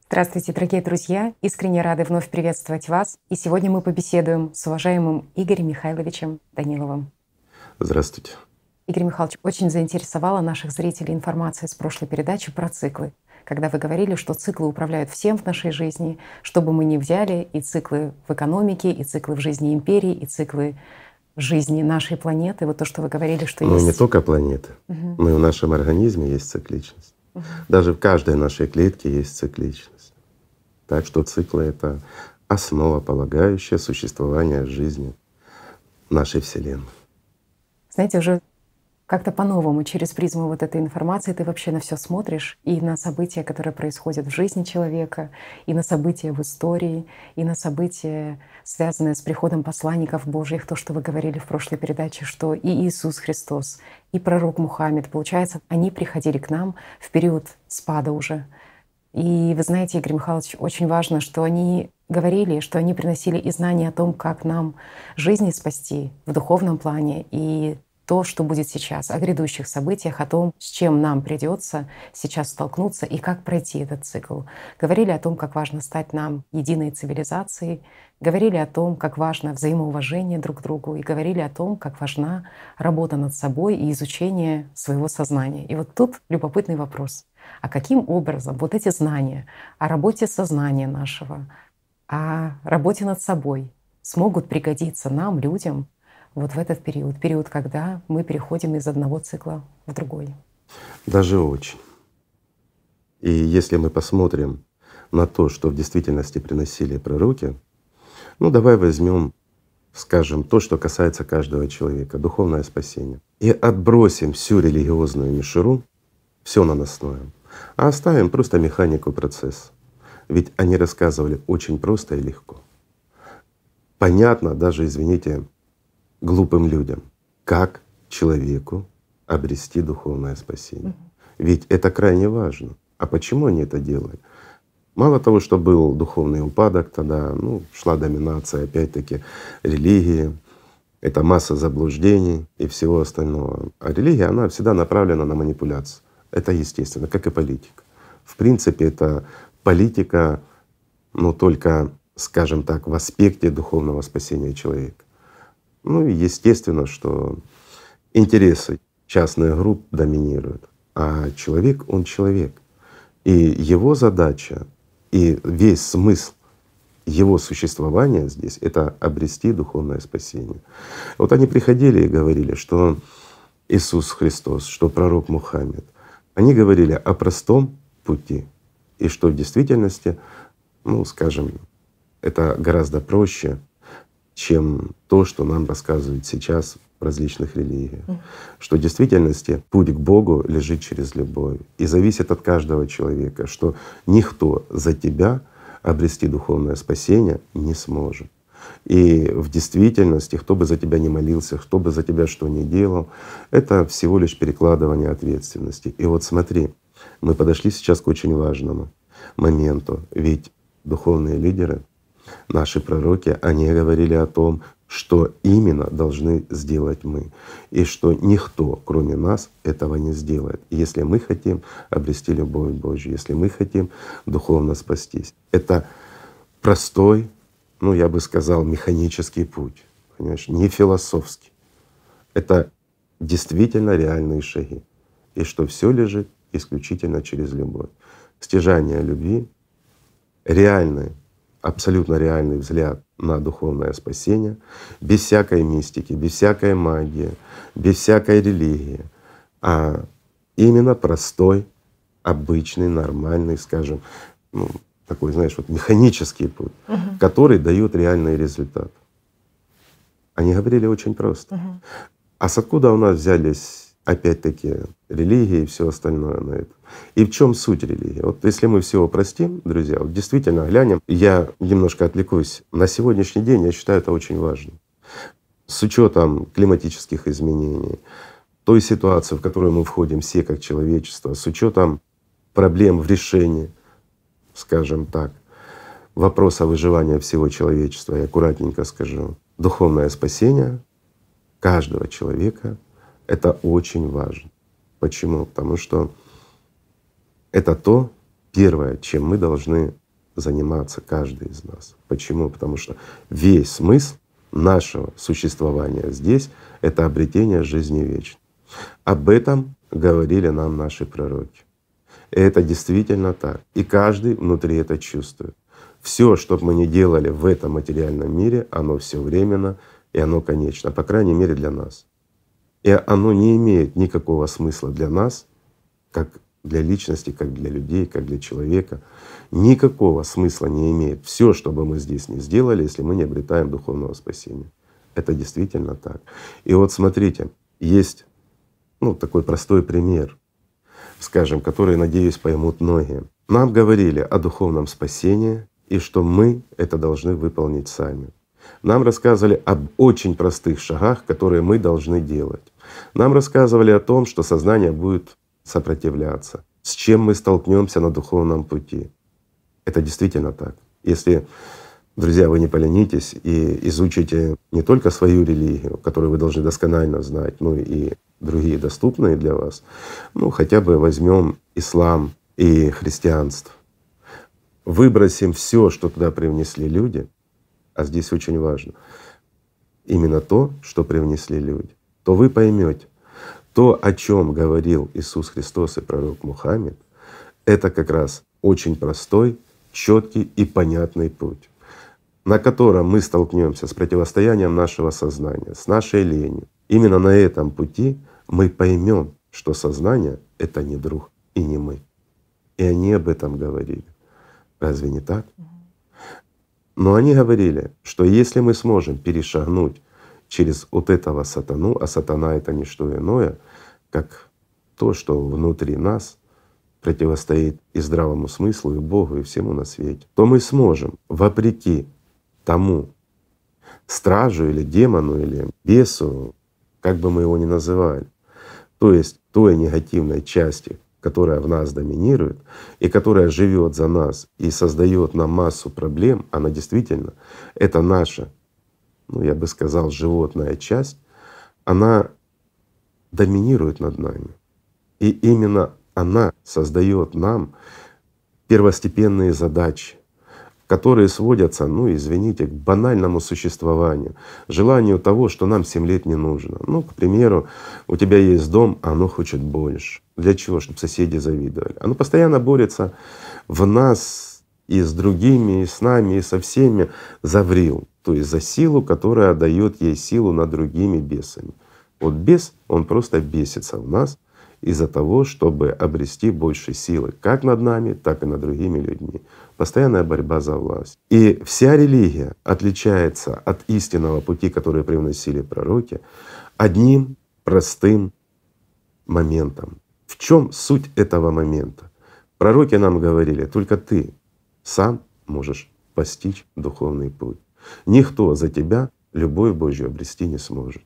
Здравствуйте, дорогие друзья! Искренне рады вновь приветствовать вас. И сегодня мы побеседуем с уважаемым Игорем Михайловичем Даниловым. Здравствуйте. Игорь Михайлович, очень заинтересовала наших зрителей информация с прошлой передачи про циклы. Когда вы говорили, что циклы управляют всем в нашей жизни, что бы мы ни взяли, и циклы в экономике, и циклы в жизни империи, и циклы в жизни нашей планеты. Вот то, что вы говорили, что Но есть… не только планеты, но и в нашем организме есть цикличность. Даже в каждой нашей клетке есть цикличность. Так что циклы — это основополагающее существование жизни нашей Вселенной. Знаете, уже как-то по-новому, через призму вот этой информации ты вообще на все смотришь, и на события, которые происходят в жизни человека, и на события в истории, и на события, связанные с приходом посланников Божьих, то, что вы говорили в прошлой передаче, что и Иисус Христос, и пророк Мухаммед, получается, они приходили к нам в период спада уже. И вы знаете, Игорь Михайлович, очень важно, что они говорили, что они приносили и знания о том, как нам жизни спасти в духовном плане, и то, что будет сейчас, о грядущих событиях, о том, с чем нам придется сейчас столкнуться и как пройти этот цикл. Говорили о том, как важно стать нам единой цивилизацией, говорили о том, как важно взаимоуважение друг к другу, и говорили о том, как важна работа над собой и изучение своего сознания. И вот тут любопытный вопрос. А каким образом вот эти знания о работе сознания нашего, о работе над собой смогут пригодиться нам, людям, вот в этот период, когда мы переходим из одного цикла в другой? Даже очень. И если мы посмотрим на то, что в действительности приносили пророки, давай возьмем, скажем, то, что касается каждого человека, духовное спасение, и отбросим всю религиозную мишуру, все наносное, а оставим просто механику процесса. Ведь они рассказывали очень просто и легко. Понятно даже, извините, глупым людям, как человеку обрести духовное спасение. Ведь это крайне важно. А почему они это делают? Мало того, что был духовный упадок, тогда шла доминация опять-таки религии, это масса заблуждений и всего остального. А религия, она всегда направлена на манипуляцию. Это естественно, как и политика. В принципе, это политика, только, скажем так, в аспекте духовного спасения человека. И естественно, что интересы частных групп доминируют, а человек — он человек. И его задача и весь смысл его существования здесь — это обрести духовное спасение. Вот они приходили и говорили, что Иисус Христос, что пророк Мухаммед, они говорили о простом пути, и что в действительности, скажем, это гораздо проще, чем то, что нам рассказывают сейчас в различных религиях. Что в действительности путь к Богу лежит через любовь и зависит от каждого человека, что никто за тебя обрести духовное спасение не сможет. И в действительности, кто бы за тебя ни молился, кто бы за тебя что ни делал, это всего лишь перекладывание ответственности. И вот смотри, мы подошли сейчас к очень важному моменту, ведь духовные лидеры, наши пророки, они говорили о том, что именно должны сделать мы, и что никто, кроме нас, этого не сделает, если мы хотим обрести любовь Божью, если мы хотим духовно спастись. Это простой, я бы сказал, механический путь, понимаешь, не философский. Это действительно реальные шаги, и что все лежит исключительно через любовь. Стяжание любви, реальный, абсолютно реальный взгляд на духовное спасение, без всякой мистики, без всякой магии, без всякой религии, а именно простой, обычный, нормальный, скажем, такой, знаешь, механический путь, который дает реальный результат. Они говорили очень просто. А с откуда у нас взялись опять-таки религии и все остальное на это? И в чем суть религии? Вот если мы все упростим, друзья, вот действительно глянем, я немножко отвлекусь. На сегодняшний день я считаю это очень важно. С учетом климатических изменений, той ситуации, в которую мы входим все как человечество, с учетом проблем в решении, скажем так, вопроса выживания всего человечества, я аккуратненько скажу, духовное спасение каждого человека — это очень важно. Почему? Потому что это то, первое, чем мы должны заниматься, каждый из нас. Почему? Потому что весь смысл нашего существования здесь — это обретение жизни вечной. Об этом говорили нам наши пророки. И это действительно так. И каждый внутри это чувствует. Все, что бы мы ни делали в этом материальном мире, оно все временно и оно конечно, по крайней мере для нас. И оно не имеет никакого смысла для нас, как для личности, как для людей, как для человека. Никакого смысла не имеет все, что бы мы здесь ни сделали, если мы не обретаем духовного спасения. Это действительно так. И вот смотрите, есть такой простой пример, скажем, который, надеюсь, поймут многие. Нам говорили о духовном спасении и что мы это должны выполнить сами. Нам рассказывали об очень простых шагах, которые мы должны делать. Нам рассказывали о том, что сознание будет сопротивляться, с чем мы столкнемся на духовном пути. Это действительно так. Если, друзья, вы не поленитесь и изучите не только свою религию, которую вы должны досконально знать, но и другие доступные для вас, хотя бы возьмем ислам и христианство, выбросим все, что туда привнесли люди, а здесь очень важно именно то, что привнесли люди, то вы поймете, то, о чем говорил Иисус Христос и пророк Мухаммед, это как раз очень простой, четкий и понятный путь, на котором мы столкнемся с противостоянием нашего сознания, с нашей ленью. Именно на этом пути мы поймем, что сознание — это не друг и не мы. И они об этом говорили. Разве не так? Но они говорили, что если мы сможем перешагнуть через вот этого сатану, а сатана — это не что иное, как то, что внутри нас противостоит и здравому смыслу, и Богу, и всему на свете, то мы сможем, вопреки тому стражу или демону или бесу, как бы мы его ни называли, то есть той негативной части, которая в нас доминирует и которая живет за нас и создает нам массу проблем, она действительно — это наша, я бы сказал, животная часть, она доминирует над нами. И именно она создает нам первостепенные задачи, которые сводятся, извините, к банальному существованию, желанию того, что нам 7 лет не нужно. К примеру, у тебя есть дом, а оно хочет больше. Для чего? Чтобы соседи завидовали. Оно постоянно борется в нас и с другими, и с нами, и со всеми за врил, то есть за силу, которая дает ей силу над другими бесами. Вот бес, он просто бесится в нас из-за того, чтобы обрести больше силы как над нами, так и над другими людьми. Постоянная борьба за власть. И вся религия отличается от истинного пути, который привносили пророки, одним простым моментом. В чем суть этого момента? Пророки нам говорили: только ты сам можешь постичь духовный путь. Никто за тебя любовь Божью обрести не сможет.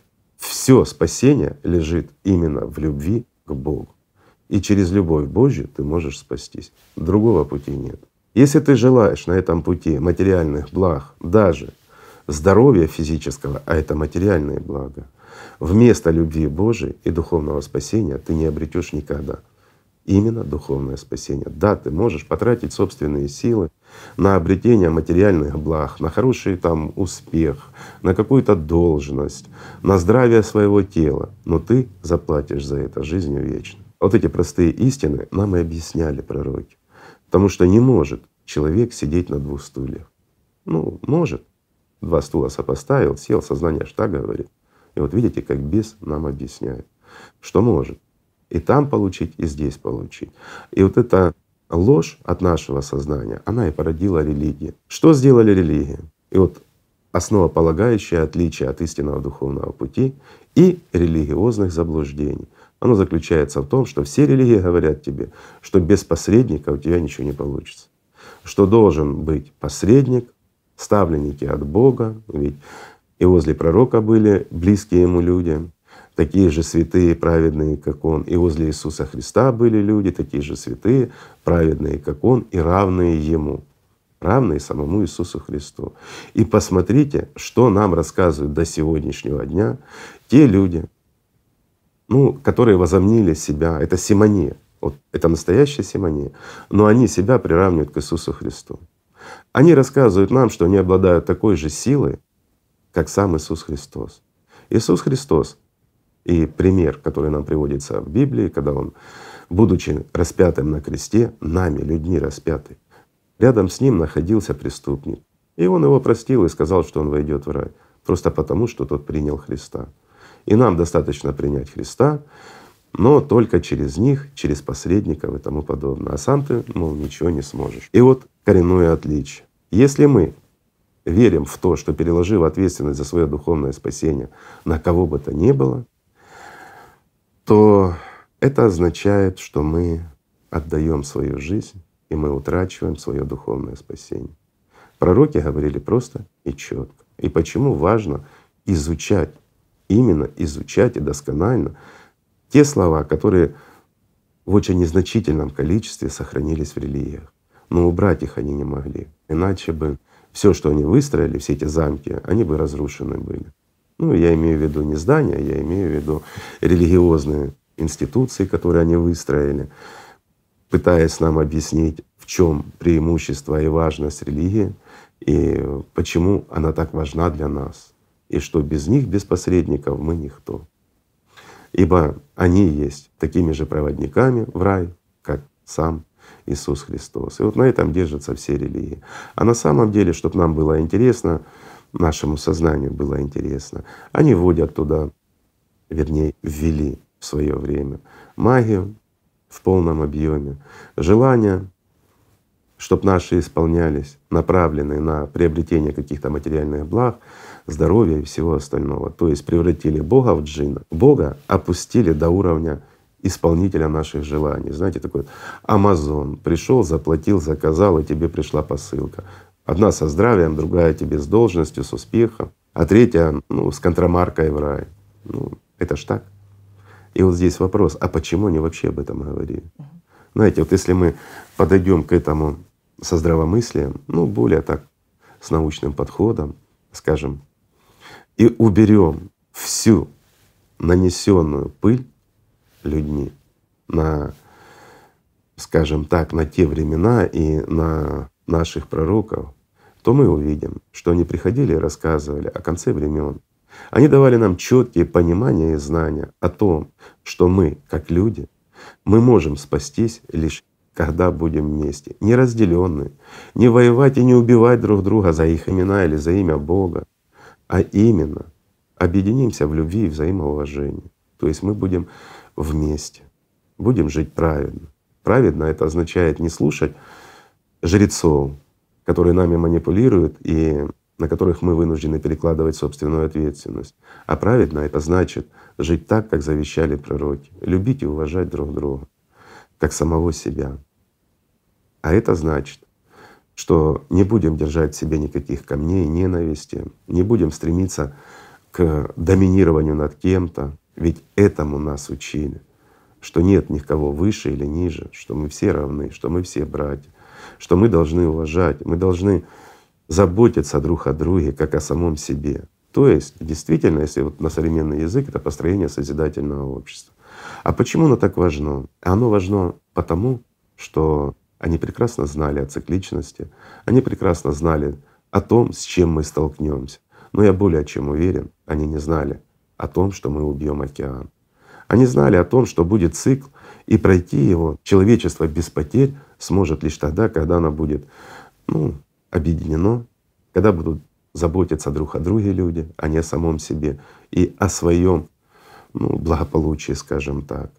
Все спасение лежит именно в любви к Богу. И через любовь Божью ты можешь спастись. Другого пути нет. Если ты желаешь на этом пути материальных благ, даже здоровья физического, а это материальные блага, вместо любви Божией и духовного спасения ты не обретешь никогда. Именно духовное спасение. Да, ты можешь потратить собственные силы на обретение материальных благ, на хороший успех, на какую-то должность, на здравие своего тела, но ты заплатишь за это жизнью вечной. Вот эти простые истины нам и объясняли пророки. Потому что не может человек сидеть на 2 стульях. Может. 2 стула сопоставил, сел, сознание аж так говорит. И вот видите, как бес нам объясняет, что может и там получить, и здесь получить. И вот эта ложь от нашего сознания, она и породила религию. Что сделали религии? И вот основополагающее отличие от истинного духовного пути и религиозных заблуждений. Оно заключается в том, что все религии говорят тебе, что без посредника у тебя ничего не получится, что должен быть посредник, ставленники от Бога, ведь и возле пророка были близкие ему люди, такие же святые, праведные, как он, и возле Иисуса Христа были люди, такие же святые, праведные, как он, и равные ему, равные самому Иисусу Христу. И посмотрите, что нам рассказывают до сегодняшнего дня те люди, которые возомнили себя, это симония, Вот это настоящая симония. Но они себя приравнивают к Иисусу Христу. Они рассказывают нам, что они обладают такой же силой, как сам Иисус Христос. Иисус Христос и пример, который нам приводится в Библии, когда Он, будучи распятым на кресте, нами, людьми распятый, рядом с Ним находился преступник. И Он его простил и сказал, что он войдет в рай. Просто потому, что тот принял Христа. И нам достаточно принять Христа, но только через них, через посредников и тому подобное. А сам ты, мол, ничего не сможешь. И вот коренное отличие. Если мы верим в то, что переложив ответственность за свое духовное спасение на кого бы то ни было, то это означает, что мы отдаем свою жизнь и мы утрачиваем свое духовное спасение. Пророки говорили просто и четко. И почему важно изучать, именно изучать и досконально те слова, которые в очень незначительном количестве сохранились в религиях. Но убрать их они не могли. Иначе бы все, что они выстроили, все эти замки, они бы разрушены были. Ну, я имею в виду не здания, я имею в виду религиозные институции, которые они выстроили, пытаясь нам объяснить, в чем преимущество и важность религии, и почему она так важна для нас, и что без них, без посредников мы никто. Ибо они есть такими же проводниками в рай, как сам Иисус Христос. И вот на этом держатся все религии. А на самом деле, чтобы нам было интересно, нашему сознанию было интересно, они вводят туда, вернее, ввели в свое время магию в полном объеме, желания, чтобы наши исполнялись, направленные на приобретение каких-то материальных благ, здоровья и всего остального. То есть превратили Бога в джинна. Бога опустили до уровня исполнителя наших желаний. Знаете, такой Амазон пришел, заплатил, заказал, и тебе пришла посылка. Одна со здравием, другая тебе с должностью, с успехом, а третья с контрамаркой в рай. Это ж так. И вот здесь вопрос: а почему они вообще об этом говорили? Знаете, вот если мы подойдем к этому со здравомыслием, более так с научным подходом, скажем, и уберем всю нанесенную пыль людьми на, скажем так, на те времена и на наших пророков, то мы увидим, что они приходили и рассказывали о конце времен. Они давали нам четкие понимания и знания о том, что мы, как люди, мы можем спастись лишь когда будем вместе, не разделенные, не воевать и не убивать друг друга за их имена или за имя Бога, а именно объединимся в любви и взаимоуважении. То есть мы будем вместе, будем жить праведно. Праведно — это означает не слушать жрецов, которые нами манипулируют и на которых мы вынуждены перекладывать собственную ответственность. А праведно — это значит жить так, как завещали пророки, любить и уважать друг друга, как самого себя. А это значит, что не будем держать в себе никаких камней ненависти, не будем стремиться к доминированию над кем-то, ведь этому нас учили, что нет никого выше или ниже, что мы все равны, что мы все братья, что мы должны уважать, мы должны заботиться друг о друге, как о самом себе. То есть действительно, если вот на современный язык, это построение созидательного общества. А почему оно так важно? Оно важно потому, что они прекрасно знали о цикличности, они прекрасно знали о том, с чем мы столкнемся. Но я более чем уверен, они не знали о том, что мы убьем океан. Они знали о том, что будет цикл, и пройти его человечество без потерь сможет лишь тогда, когда оно будет объединено, когда будут заботиться друг о друге люди, а не о самом себе и о своем благополучии, скажем так.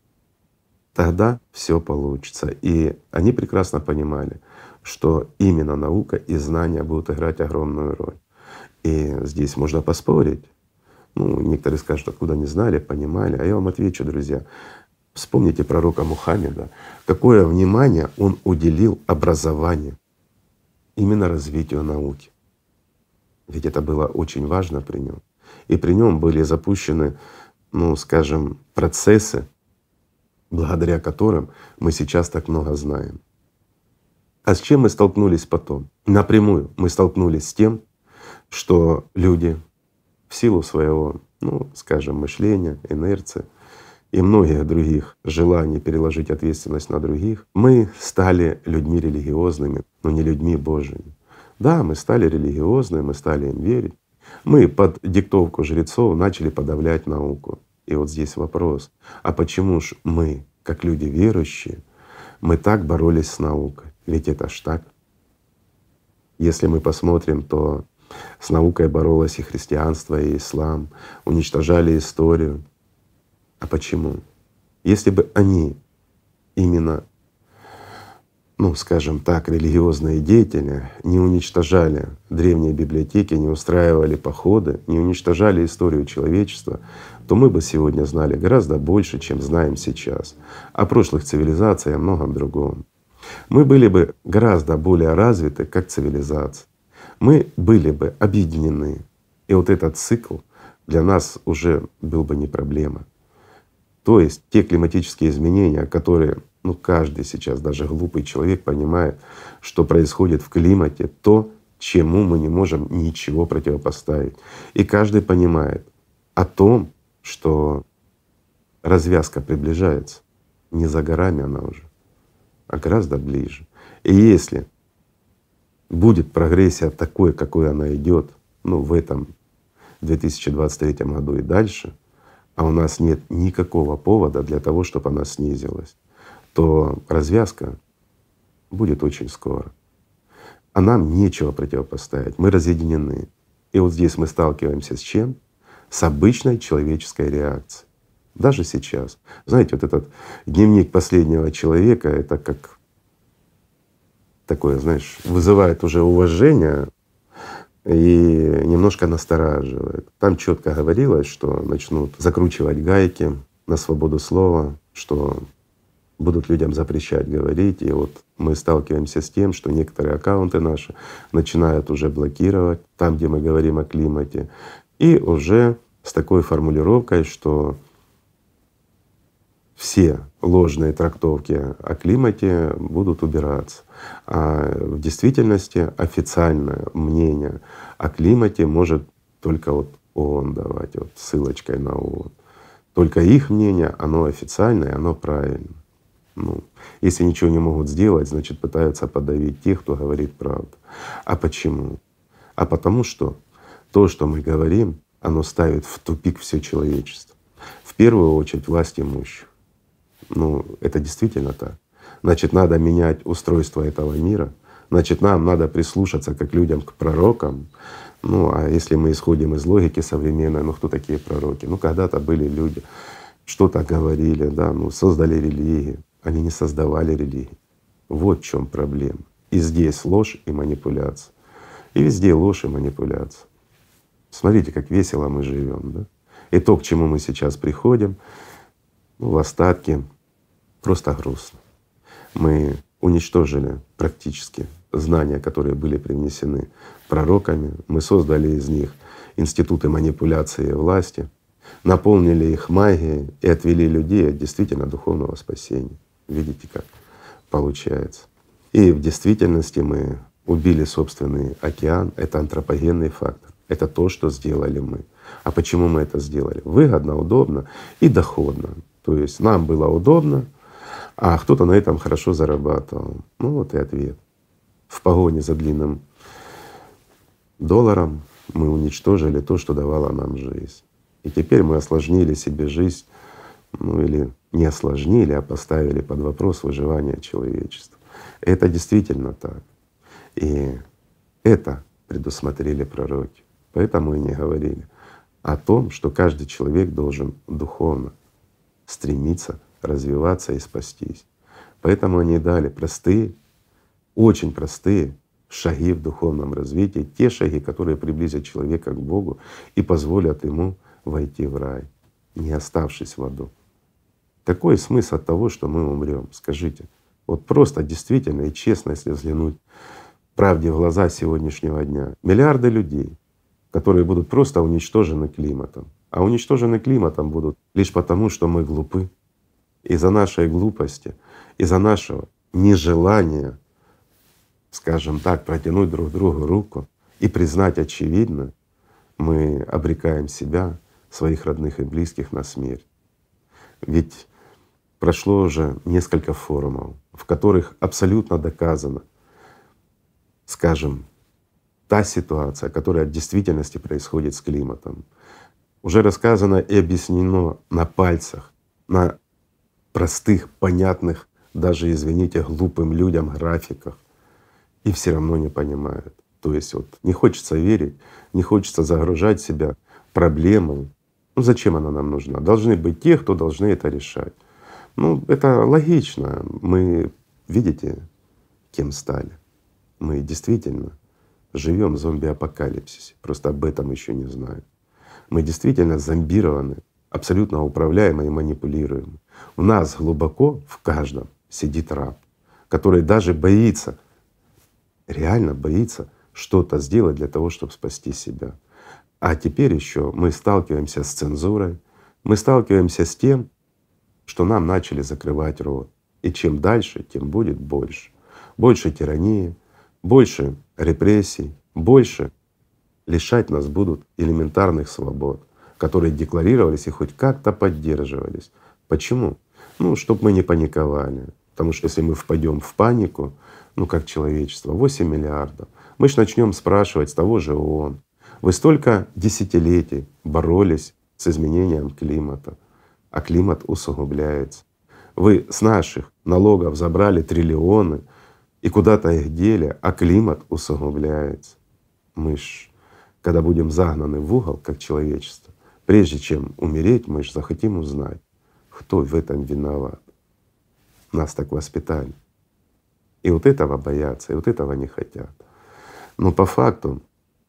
Тогда все получится. И они прекрасно понимали, что именно наука и знания будут играть огромную роль. И здесь можно поспорить. Некоторые скажут, откуда не знали, понимали. А я вам отвечу, друзья. Вспомните пророка Мухаммеда, какое внимание он уделил образованию, именно развитию науки. Ведь это было очень важно при нем. И при нем были запущены, скажем, процессы, благодаря которым мы сейчас так много знаем. А с чем мы столкнулись потом? Напрямую мы столкнулись с тем, что люди в силу своего, скажем, мышления, инерции и многих других желаний переложить ответственность на других, мы стали людьми религиозными, но не людьми Божьими. Да, мы стали религиозными, мы стали им верить. Мы под диктовку жрецов начали подавлять науку. И вот здесь вопрос: а почему ж мы, как люди верующие, мы так боролись с наукой? Ведь это ж так. Если мы посмотрим, то с наукой боролось и христианство, и ислам, уничтожали историю. А почему? Если бы они именно, ну скажем так, религиозные деятели не уничтожали древние библиотеки, не устраивали походы, не уничтожали историю человечества, то мы бы сегодня знали гораздо больше, чем знаем сейчас, о прошлых цивилизациях и о многом другом. Мы были бы гораздо более развиты как цивилизация, мы были бы объединены, и вот этот цикл для нас уже был бы не проблема. То есть те климатические изменения, которые, ну каждый сейчас, даже глупый человек понимает, что происходит в климате, то, чему мы не можем ничего противопоставить. И каждый понимает о том, что развязка приближается, не за горами она уже, а гораздо ближе. И если будет прогрессия такой, какой она идет, ну в этом 2023 году и дальше, а у нас нет никакого повода для того, чтобы она снизилась, то развязка будет очень скоро. А нам нечего противопоставить, мы разъединены. И вот здесь мы сталкиваемся с чем? С обычной человеческой реакцией. Даже сейчас. Знаете, вот этот дневник последнего человека — это как такое, знаешь, вызывает уже уважение и немножко настораживает. Там четко говорилось, что начнут закручивать гайки на свободу слова, что будут людям запрещать говорить. И вот мы сталкиваемся с тем, что некоторые аккаунты наши начинают уже блокировать там, где мы говорим о климате, и уже с такой формулировкой, что все ложные трактовки о климате будут убираться. А в действительности официальное мнение о климате может только вот ООН давать, вот ссылочкой на ООН. Только их мнение, оно официальное, оно правильное. Ну, если ничего не могут сделать, значит пытаются подавить тех, кто говорит правду. А почему? А потому что то, что мы говорим, оно ставит в тупик все человечество. В первую очередь власть имущих. Ну, это действительно так. Значит, надо менять устройство этого мира, значит, нам надо прислушаться как людям к пророкам. Ну, а если мы исходим из логики современной, ну кто такие пророки? Ну, когда-то были люди, что-то говорили, да, ну, создали религии. Они не создавали религии. Вот в чем проблема. И здесь ложь и манипуляция. И везде ложь и манипуляция. Смотрите, как весело мы живем, да? И то, к чему мы сейчас приходим, ну, в остатке, просто грустно. Мы уничтожили практически знания, которые были привнесены пророками. Мы создали из них институты манипуляции власти, наполнили их магией и отвели людей от действительно духовного спасения. Видите, как получается. И в действительности мы убили собственный океан. Это антропогенный фактор. Это то, что сделали мы. А почему мы это сделали? Выгодно, удобно и доходно. То есть нам было удобно, а кто-то на этом хорошо зарабатывал. Ну вот и ответ. В погоне за длинным долларом мы уничтожили то, что давало нам жизнь. И теперь мы осложнили себе жизнь, ну или не осложнили, а поставили под вопрос выживание человечества. Это действительно так. И это предусмотрели пророки. Поэтому и не говорили о том, что каждый человек должен духовно стремиться развиваться и спастись. Поэтому они дали простые, очень простые шаги в духовном развитии, те шаги, которые приблизят человека к Богу и позволят ему войти в рай, не оставшись в аду. Какой смысл от того, что мы умрем? Скажите. Вот просто действительно и честно, если взглянуть правде в глаза сегодняшнего дня. Миллиарды людей, которые будут просто уничтожены климатом. А уничтожены климатом будут лишь потому, что мы глупы. Из-за нашей глупости, из-за нашего нежелания, скажем так, протянуть друг другу руку и признать очевидное, мы обрекаем себя, своих родных и близких на смерть. Ведь прошло уже несколько форумов, в которых абсолютно доказано, скажем, та ситуация, которая в действительности происходит с климатом. Уже рассказано и объяснено на пальцах, на простых, понятных, даже, извините, глупым людям графиках, и все равно не понимают. То есть вот не хочется верить, не хочется загружать себя проблемой. Ну зачем она нам нужна? Должны быть те, кто должны это решать. Ну это логично. Мы, видите, кем стали? Мы действительно живем в зомби-апокалипсисе, просто об этом еще не знаем. Мы действительно зомбированы, абсолютно управляемы и манипулируемы. У нас глубоко в каждом сидит раб, который даже боится, реально боится что-то сделать для того, чтобы спасти себя. А теперь еще мы сталкиваемся с цензурой, мы сталкиваемся с тем, что нам начали закрывать рот. И чем дальше, тем будет больше. Больше тирании, больше репрессий, больше лишать нас будут элементарных свобод, которые декларировались и хоть как-то поддерживались. Почему? Ну, чтобы мы не паниковали. Потому что если мы впадем в панику, ну как человечество, 8 миллиардов, мы же начнем спрашивать с того же ООН. Вы столько десятилетий боролись с изменением климата, а климат усугубляется. Вы с наших налогов забрали триллионы и куда-то их дели, а климат усугубляется. Мы ж, когда будем загнаны в угол как человечество, прежде чем умереть, мы же захотим узнать, кто в этом виноват. Нас так воспитали. И вот этого боятся, и вот этого не хотят. Но по факту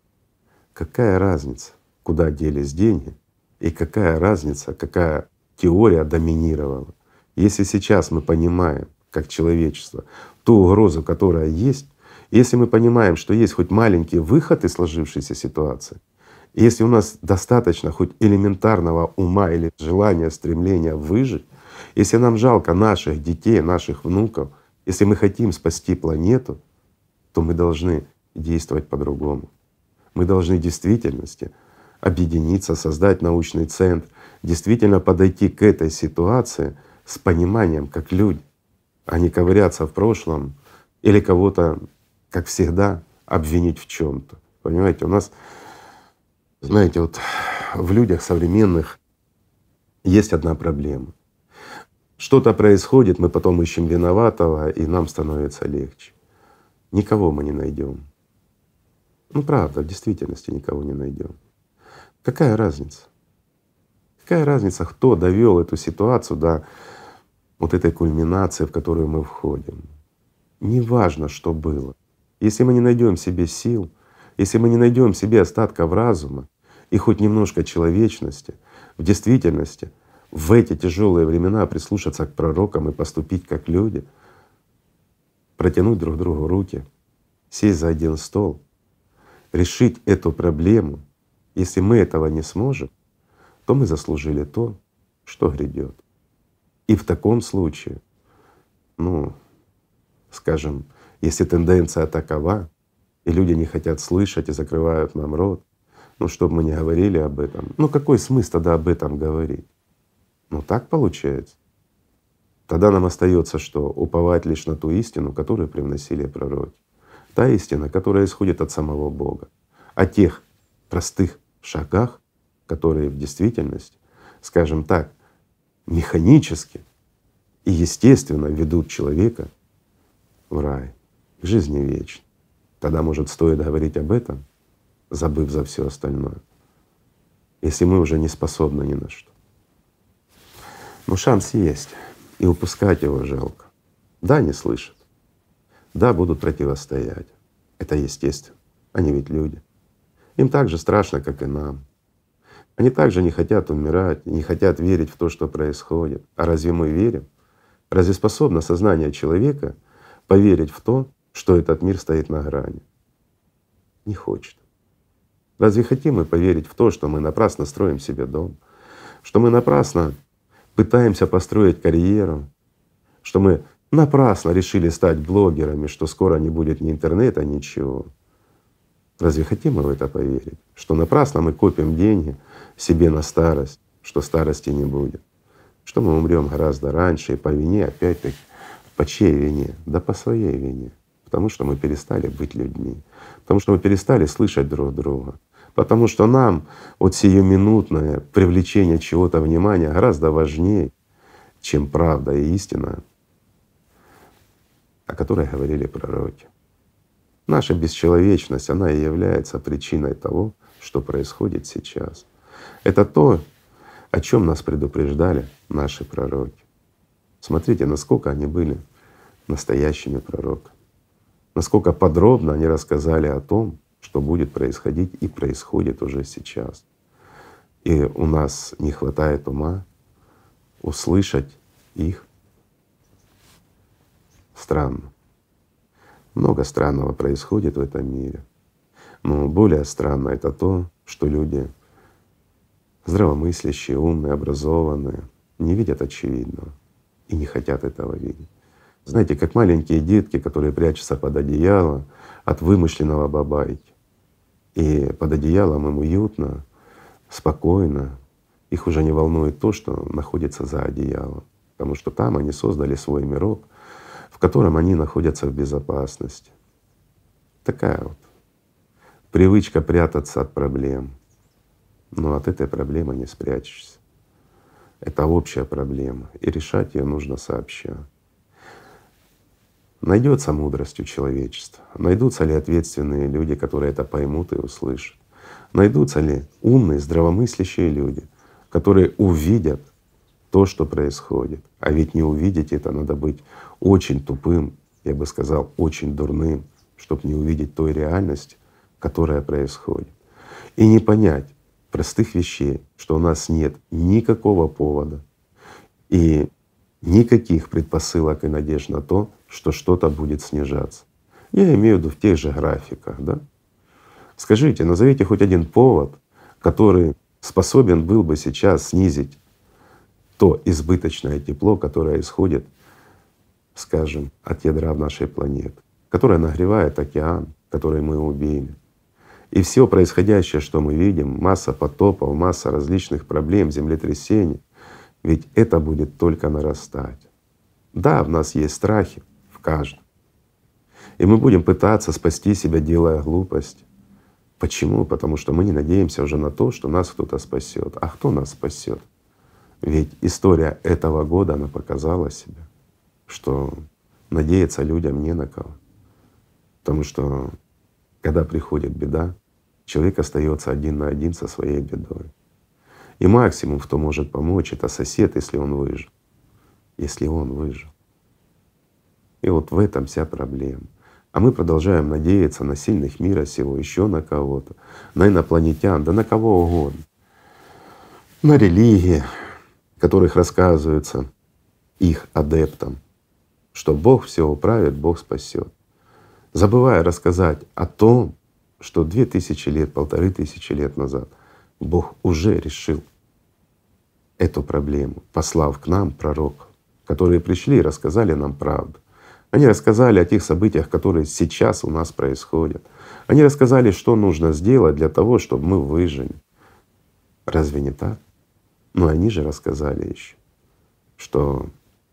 какая разница, куда делись деньги, и какая разница, какая теория доминировала. Если сейчас мы понимаем, как человечество, ту угрозу, которая есть, если мы понимаем, что есть хоть маленький выход из сложившейся ситуации, если у нас достаточно хоть элементарного ума или желания, стремления выжить, если нам жалко наших детей, наших внуков, если мы хотим спасти планету, то мы должны действовать по-другому. Мы должны в действительности объединиться, создать научный центр, действительно подойти к этой ситуации с пониманием как люди, а не ковыряться в прошлом или кого-то, как всегда, обвинить в чем-то. Понимаете, у нас, знаете, вот в людях современных есть одна проблема. Что-то происходит, мы потом ищем виноватого, и нам становится легче. Никого мы не найдем. Ну правда, в действительности никого не найдем. Какая разница? Какая разница, кто довел эту ситуацию до вот этой кульминации, в которую мы входим? Неважно, что было. Если мы не найдем в себе сил, если мы не найдем в себе остатков разума и хоть немножко человечности, в действительности в эти тяжелые времена прислушаться к пророкам и поступить как люди, протянуть друг другу руки, сесть за один стол, решить эту проблему. Если мы этого не сможем, то мы заслужили то, что грядет. И в таком случае, ну, скажем, если тенденция такова, и люди не хотят слышать и закрывают нам рот, ну, чтобы мы не говорили об этом, ну какой смысл тогда об этом говорить? Ну так получается. Тогда нам остается что? Уповать лишь на ту истину, которую привносили пророки. Та истина, которая исходит от самого Бога. О тех простых шагах, которые в действительности, скажем так, механически и естественно ведут человека в рай, к жизни вечной. Тогда, может, стоит говорить об этом, забыв за все остальное, если мы уже не способны ни на что. Но шанс есть, и упускать его жалко. Да, не слышат, да, будут противостоять. Это естественно, они ведь люди. Им так же страшно, как и нам. Они также не хотят умирать, не хотят верить в то, что происходит. А разве мы верим? Разве способно сознание человека поверить в то, что этот мир стоит на грани? Не хочет. Разве хотим мы поверить в то, что мы напрасно строим себе дом, что мы напрасно пытаемся построить карьеру, что мы напрасно решили стать блогерами, что скоро не будет ни интернета, ничего? Разве хотим мы в это поверить? Что напрасно мы копим деньги себе на старость, что старости не будет? что мы умрем гораздо раньше и по вине, опять-таки, по чьей вине? Да по своей вине. Потому что мы перестали быть людьми, потому что мы перестали слышать друг друга, потому что нам вот сиюминутное привлечение чего-то внимания гораздо важнее, чем правда и истина, о которой говорили пророки. Наша бесчеловечность, она и является причиной того, что происходит сейчас. Это то, о чем нас предупреждали наши пророки. Смотрите, насколько они были настоящими пророками, насколько подробно они рассказали о том, что будет происходить и происходит уже сейчас. И у нас не хватает ума услышать их. Странно. Много странного происходит в этом мире. Но более странно это то, что люди здравомыслящие, умные, образованные не видят очевидного и не хотят этого видеть. Знаете, как маленькие детки, которые прячутся под одеяло от вымышленного бабайки. И под одеялом им уютно, спокойно, их уже не волнует то, что находится за одеялом, потому что там они создали свой мирок, в котором они находятся в безопасности. Такая вот привычка прятаться от проблем. Но от этой проблемы не спрячешься. Это общая проблема, и решать ее нужно сообща. Найдется мудрость у человечества, найдутся ли ответственные люди, которые это поймут и услышат, найдутся ли умные, здравомыслящие люди, которые увидят то, что происходит. А ведь не увидеть это надо быть очень тупым, я бы сказал, очень дурным, чтобы не увидеть той реальности, которая происходит. И не понять простых вещей, что у нас нет никакого повода и никаких предпосылок и надежд на то, что что-то будет снижаться. Я имею в виду в тех же графиках, да? Скажите, назовите хоть один повод, который способен был бы сейчас снизить то избыточное тепло, которое исходит, скажем, от ядра нашей планеты, которое нагревает океан, который мы убили. И все происходящее, что мы видим, масса потопов, масса различных проблем, землетрясений, ведь это будет только нарастать. Да, в нас есть страхи, в каждом. И мы будем пытаться спасти себя, делая глупость. Почему? Потому что мы не надеемся уже на то, что нас кто-то спасет. А кто нас спасет? Ведь история этого года, она показала себя, что надеяться людям не на кого. Потому что когда приходит беда, человек остается один на один со своей бедой. И максимум, кто может помочь, это сосед, если он выжил. Если он выжил. И вот в этом вся проблема. А мы продолжаем надеяться на сильных мира сего, еще на кого-то, на инопланетян, да на кого угодно. На религии, в которых рассказывается их адептам, что Бог все управит, Бог спасет. Забывая рассказать о том, что 2000 лет, 1500 лет назад Бог уже решил эту проблему, послав к нам пророков, которые пришли и рассказали нам правду. Они рассказали о тех событиях, которые сейчас у нас происходят. Они рассказали, что нужно сделать для того, чтобы мы выжили. Разве не так? Но они же рассказали еще, что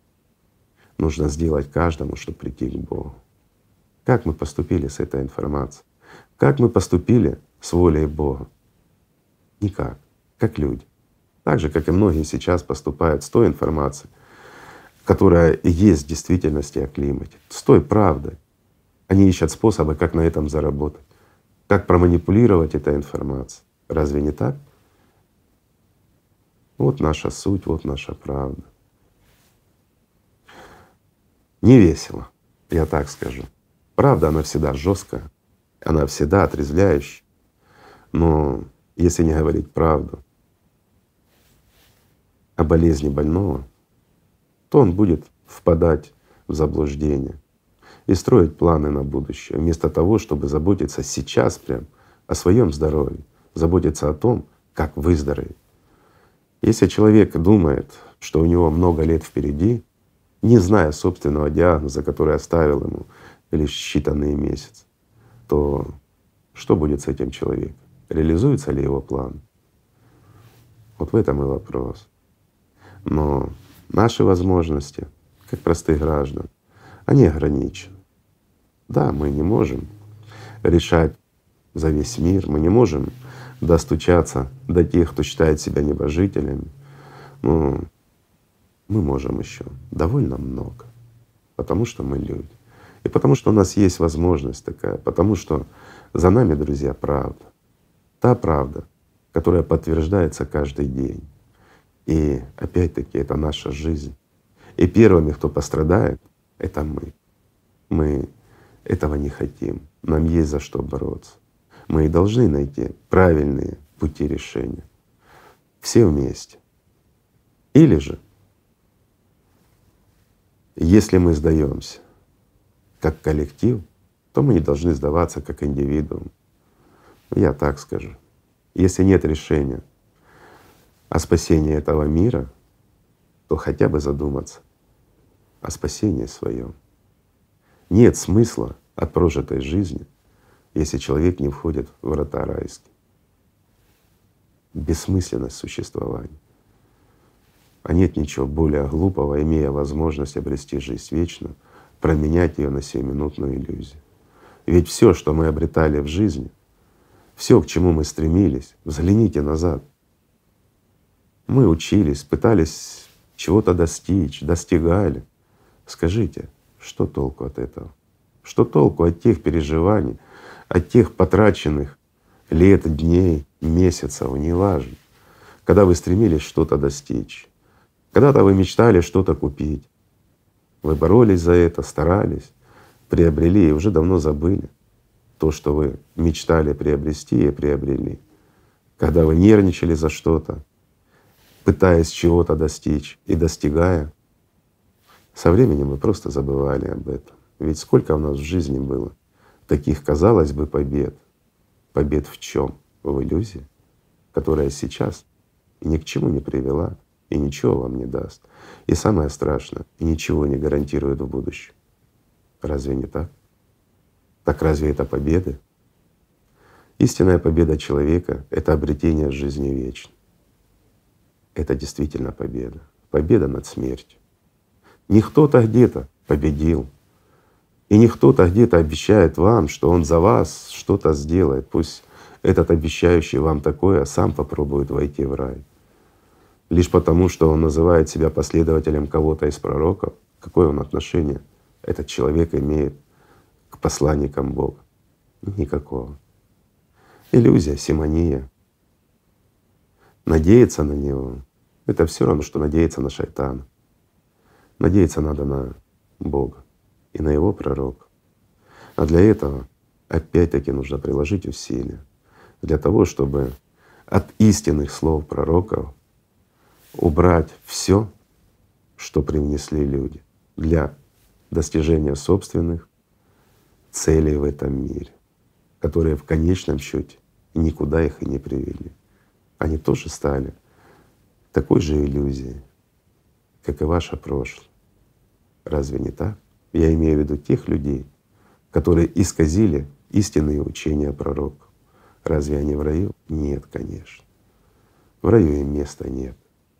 нужно сделать каждому, чтобы прийти к Богу. Как мы поступили с этой информацией? Как мы поступили с волей Бога? Никак, как люди. Так же, как и многие сейчас поступают с той информацией, которая есть в действительности о климате, с той правдой. Они ищут способы, как на этом заработать, как проманипулировать этой информацией. Разве не так? Вот наша суть, вот наша правда. Не весело, я так скажу. Правда, она всегда жесткая, она всегда отрезвляющая. Но если не говорить правду о болезни больного, то он будет впадать в заблуждение и строить планы на будущее, вместо того, чтобы заботиться сейчас прям о своем здоровье, заботиться о том, как выздороветь. Если человек думает, что у него много лет впереди, не зная собственного диагноза, который оставил ему лишь считанные месяцы, то что будет с этим человеком? Реализуется ли его план? Вот в этом и вопрос. Но наши возможности, как простых граждан, они ограничены. Да, мы не можем решать за весь мир, мы не можем достучаться до тех, кто считает себя небожителями. Но мы можем еще довольно много, потому что мы люди. И потому что у нас есть возможность такая, потому что за нами, друзья, правда. Та правда, которая подтверждается каждый день. И опять-таки это наша жизнь. И первыми, кто пострадает, это мы. Мы этого не хотим. Нам есть за что бороться. Мы и должны найти правильные пути решения. Все вместе. Или же, если мы сдаемся как коллектив, то мы не должны сдаваться как индивидуум. Я так скажу. Если нет решения о спасении этого мира, то хотя бы задуматься о спасении своем. Нет смысла от прожитой жизни, если человек не входит в врата райские. Бессмысленность существования. А нет ничего более глупого, имея возможность обрести жизнь вечную, променять ее на сиюминутную иллюзию. Ведь все, что мы обретали в жизни, все, к чему мы стремились, взгляните назад. Мы учились, пытались чего-то достичь, достигали. Скажите, что толку от этого? Что толку от тех переживаний, от тех потраченных лет, дней, месяцев, неважно, когда вы стремились что-то достичь, когда-то вы мечтали что-то купить, вы боролись за это, старались, приобрели и уже давно забыли то, что вы мечтали приобрести и приобрели. Когда вы нервничали за что-то, пытаясь чего-то достичь и достигая, со временем вы просто забывали об этом. Ведь сколько у нас в жизни было таких, казалось бы, побед. Побед в чем? В иллюзии, которая сейчас ни к чему не привела и ничего вам не даст. И самое страшное, и ничего не гарантирует в будущем. Разве не так? Так разве это победы? Истинная победа человека — это обретение жизни вечной. Это действительно победа. Победа над смертью. Не кто-то где-то победил, и не кто-то где-то обещает вам, что он за вас что-то сделает. Пусть этот обещающий вам такое сам попробует войти в рай. Лишь потому, что он называет себя последователем кого-то из пророков, какое он отношение этот человек имеет к посланникам Бога? Никакого. Иллюзия, симония. Надеяться на него — это все равно, что надеяться на шайтана. Надеяться надо на Бога и на Его пророка. А для этого опять-таки нужно приложить усилия для того, чтобы от истинных слов пророков убрать все, что привнесли люди для достижения собственных целей в этом мире, которые в конечном счете никуда их и не привели. Они тоже стали такой же иллюзией, как и ваше прошлое. Разве не так? Я имею в виду тех людей, которые исказили истинные учения пророков. Разве они в раю? Нет, конечно. В раю им места нет.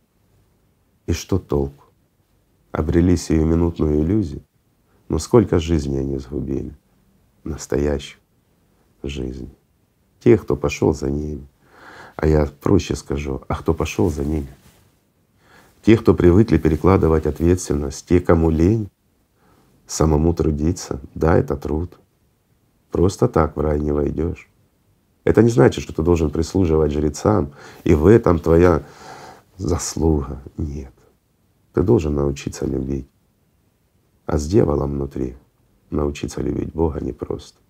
И что толку? Обрели сиюминутную иллюзию, но сколько жизней они сгубили, настоящих жизней. Тех, кто пошел за ними. А я проще скажу, а кто пошел за ними? Те, кто привыкли перекладывать ответственность, те, кому лень самому трудиться. Да, это труд. Просто так в рай не войдешь. Это не значит, что ты должен прислуживать жрецам, и в этом твоя заслуга. Нет. Ты должен научиться любить. А с дьяволом внутри научиться любить Бога непросто.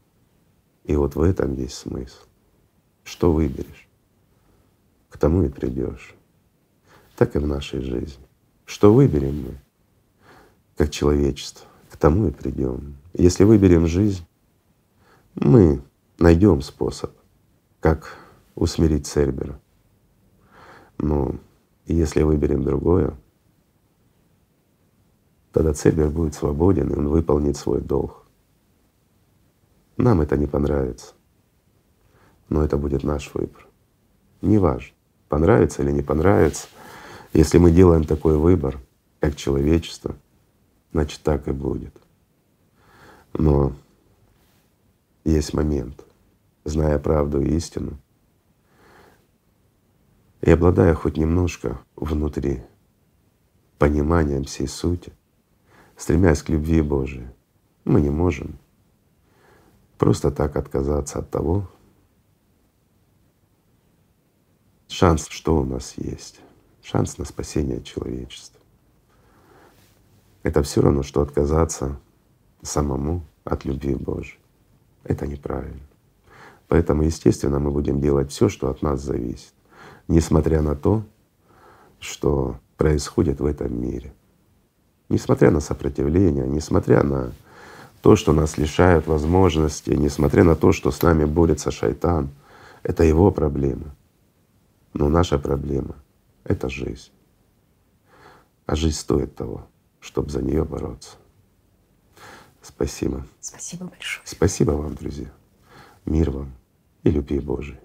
И вот в этом есть смысл. Что выберешь, к тому и придешь. Так и в нашей жизни. Что выберем мы, как человечество, к тому и придем. Если выберем жизнь, мы найдем способ, как усмирить Цербера. Но если выберем другое, тогда Цербер будет свободен, и он выполнит свой долг. Нам это не понравится, но это будет наш выбор. Неважно, понравится или не понравится. Если мы делаем такой выбор, как человечество, значит так и будет. Но есть момент, зная правду и истину, и обладая хоть немножко внутри пониманием всей сути, стремясь к любви Божией, мы не можем просто так отказаться от того, шанс, что у нас есть, шанс на спасение человечества. Это все равно, что отказаться самому от любви Божией. Это неправильно. Поэтому, естественно, мы будем делать все, что от нас зависит, несмотря на то, что происходит в этом мире. Несмотря на сопротивление, несмотря на то, что нас лишают возможности, несмотря на то, что с нами борется шайтан, это его проблема. Но наша проблема — это жизнь. А жизнь стоит того, чтобы за нее бороться. Спасибо. Спасибо большое. Спасибо вам, друзья. Мир вам и любви Божией.